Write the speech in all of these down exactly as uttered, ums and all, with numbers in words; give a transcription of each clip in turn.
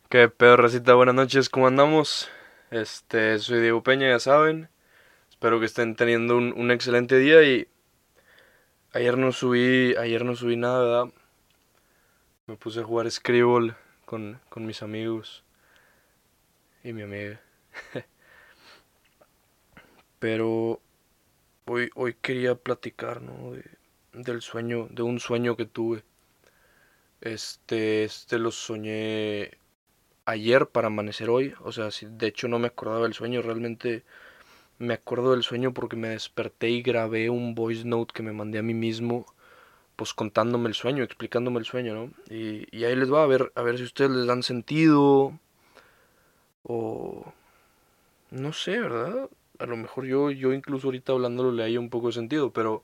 Qué pedo, racita, buenas noches, ¿cómo andamos? Este, soy Diego Peña, ya saben. Espero que estén teniendo un, un excelente día y ayer no subí, ayer no subí nada, ¿verdad? Me puse a jugar Scribble con, con mis amigos y mi amiga. Pero hoy, hoy quería platicar, ¿no? De- del sueño, de un sueño que tuve. Este, este lo soñé ayer para amanecer hoy. O sea, sí, de hecho no me acordaba del sueño, realmente. Me acuerdo del sueño porque me desperté y grabé un voice note que me mandé a mí mismo, pues contándome el sueño, explicándome el sueño, ¿no? Y, y ahí les va a ver, a ver si ustedes les dan sentido o no sé, ¿verdad? A lo mejor yo, yo incluso ahorita hablándolo le haya un poco de sentido, pero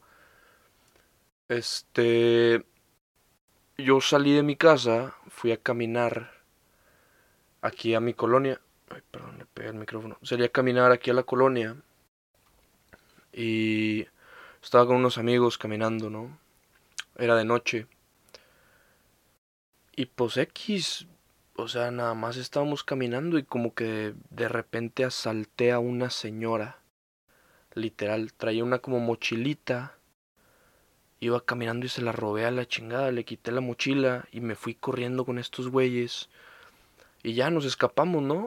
este, yo salí de mi casa, fui a caminar aquí a mi colonia. Ay, perdón, le pegué el micrófono. Salí a caminar aquí a la colonia y estaba con unos amigos caminando, ¿no? Era de noche. Y pues X, o sea, nada más estábamos caminando y como que de repente asalté a una señora. Literal, traía una como mochilita. Iba caminando y se la robé a la chingada. Le quité la mochila y me fui corriendo con estos güeyes. Y ya nos escapamos, ¿no?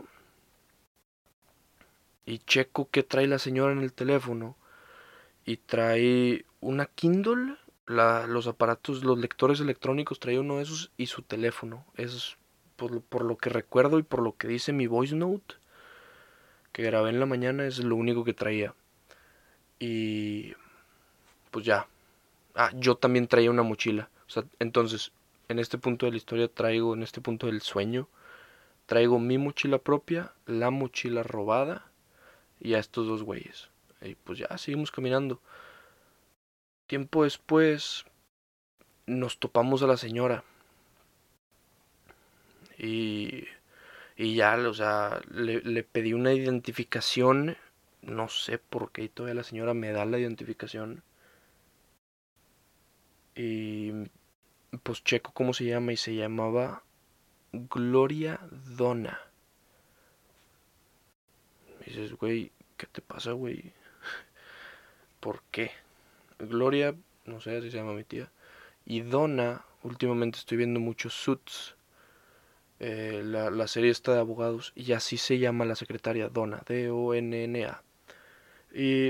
Y checo qué trae la señora en el teléfono. Y trae una Kindle. La, los aparatos, los lectores electrónicos, traía uno de esos y su teléfono. Es por, lo- por lo que recuerdo y por lo que dice mi voice note que grabé en la mañana es lo único que traía. Y pues ya. Ah, yo también traía una mochila. O sea, entonces, en este punto de la historia traigo, en este punto del sueño, traigo mi mochila propia, la mochila robada y a estos dos güeyes. Y pues ya, seguimos caminando. Tiempo después nos topamos a la señora y, y ya, o sea, le, le pedí una identificación. No sé por qué todavía la señora me da la identificación. Y pues checo cómo se llama y se llamaba Gloria Donna. Y dices, güey, ¿qué te pasa, güey? ¿Por qué? Gloria, no sé, así se llama mi tía. Y Donna, últimamente estoy viendo muchos Suits, eh, la, la serie está de abogados, y así se llama la secretaria, Donna, D O N N A. Y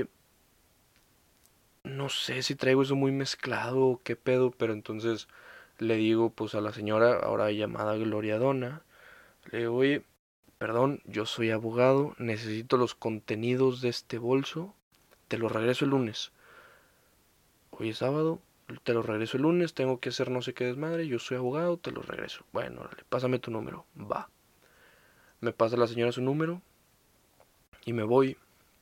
no sé si traigo eso muy mezclado o qué pedo, pero entonces le digo pues a la señora, ahora llamada Gloria Donna, le digo, oye, perdón, yo soy abogado, necesito los contenidos de este bolso, te lo regreso el lunes. Hoy es sábado, te lo regreso el lunes, tengo que hacer no sé qué desmadre, yo soy abogado, te lo regreso. Bueno, órale, pásame tu número, va. Me pasa la señora su número y me voy.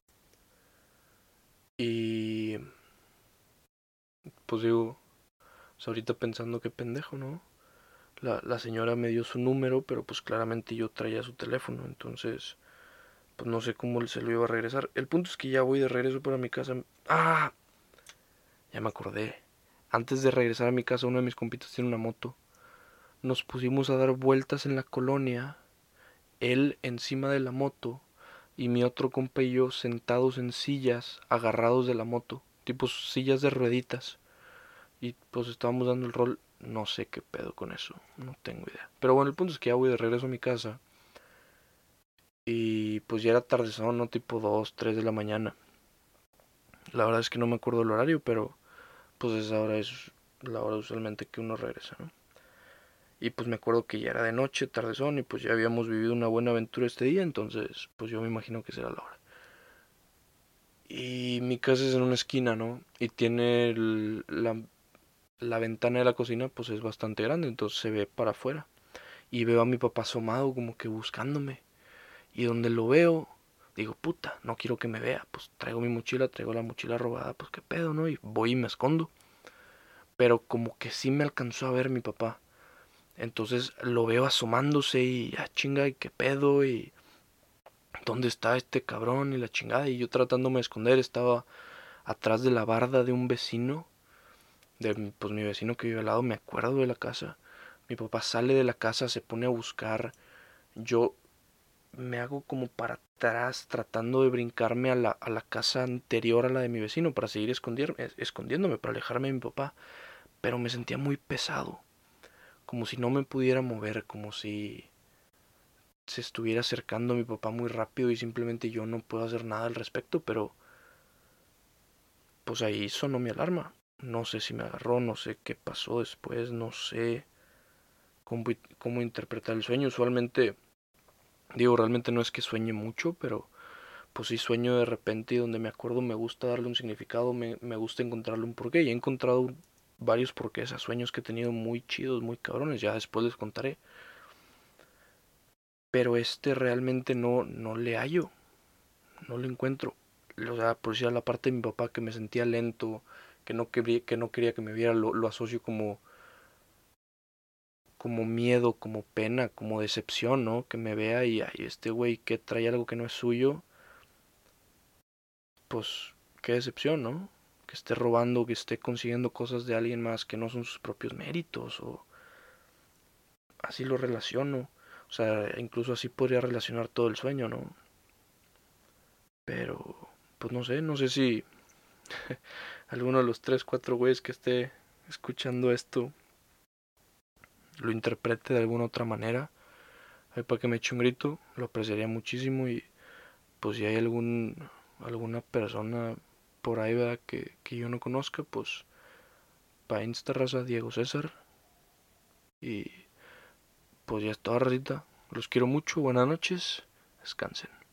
Y pues digo, pues ahorita pensando qué pendejo, ¿no? La, la señora me dio su número, pero pues claramente yo traía su teléfono, entonces pues no sé cómo se lo iba a regresar. El punto es que ya voy de regreso para mi casa. Ah, ya me acordé. Antes de regresar a mi casa, uno de mis compitas tiene una moto. Nos pusimos a dar vueltas en la colonia, él encima de la moto y mi otro compa y yo sentados en sillas, agarrados de la moto, tipo sillas de rueditas. Y pues estábamos dando el rol, no sé qué pedo con eso, no tengo idea. Pero bueno, el punto es que ya voy de regreso a mi casa y pues ya era tardezón, no tipo dos tres de la mañana. La verdad es que no me acuerdo el horario, pero pues esa hora es la hora usualmente que uno regresa, ¿no? Y pues me acuerdo que ya era de noche, tardezón, y pues ya habíamos vivido una buena aventura este día, entonces pues yo me imagino que será la hora. Y mi casa es en una esquina, ¿no? Y tiene el- la, la ventana de la cocina, pues es bastante grande, entonces se ve para afuera. Y veo a mi papá asomado como que buscándome. Y donde lo veo, digo, puta, no quiero que me vea. Pues traigo mi mochila, traigo la mochila robada, pues qué pedo, ¿no? Y voy y me escondo. Pero como que sí me alcanzó a ver mi papá. Entonces lo veo asomándose y ya chinga, y qué pedo, y dónde está este cabrón y la chingada. Y yo tratándome de esconder, estaba atrás de la barda de un vecino, de pues mi vecino que vive al lado, me acuerdo de la casa. Mi papá sale de la casa, se pone a buscar yo me hago como para atrás tratando de brincarme a la, a la casa anterior a la de mi vecino para seguir escondiéndome, escondiéndome, para alejarme de mi papá. Pero me sentía muy pesado, como si no me pudiera mover, como si se estuviera acercando a mi papá muy rápido y simplemente yo no puedo hacer nada al respecto, pero pues ahí sonó mi alarma. No sé si me agarró, no sé qué pasó después, no sé cómo, cómo interpretar el sueño. Usualmente, digo, realmente no es que sueñe mucho, pero pues sí sueño de repente y donde me acuerdo me gusta darle un significado, me, me gusta encontrarle un porqué. Y he encontrado varios porqués a sueños que he tenido muy chidos, muy cabrones, ya después les contaré. Pero este realmente no, no le hallo, no lo encuentro. O sea, por decir a la parte de mi papá que me sentía lento, que no quería que, no quería que me viera, lo, lo asocio como, como miedo, como pena, como decepción, ¿no? Que me vea y, ay, este güey que trae algo que no es suyo, pues qué decepción, ¿no? Que esté robando, que esté consiguiendo cosas de alguien más que no son sus propios méritos, o así lo relaciono. O sea, incluso así podría relacionar todo el sueño, ¿no? Pero, pues no sé, no sé si alguno de los tres, cuatro güeyes que esté escuchando esto lo interprete de alguna otra manera. Ahí para que me eche un grito, lo apreciaría muchísimo. Y pues si hay algún alguna persona por ahí, ¿verdad? Que, que yo no conozca, pues para Insta raza Diego César. Y pues ya está, racita. Los quiero mucho, buenas noches, descansen.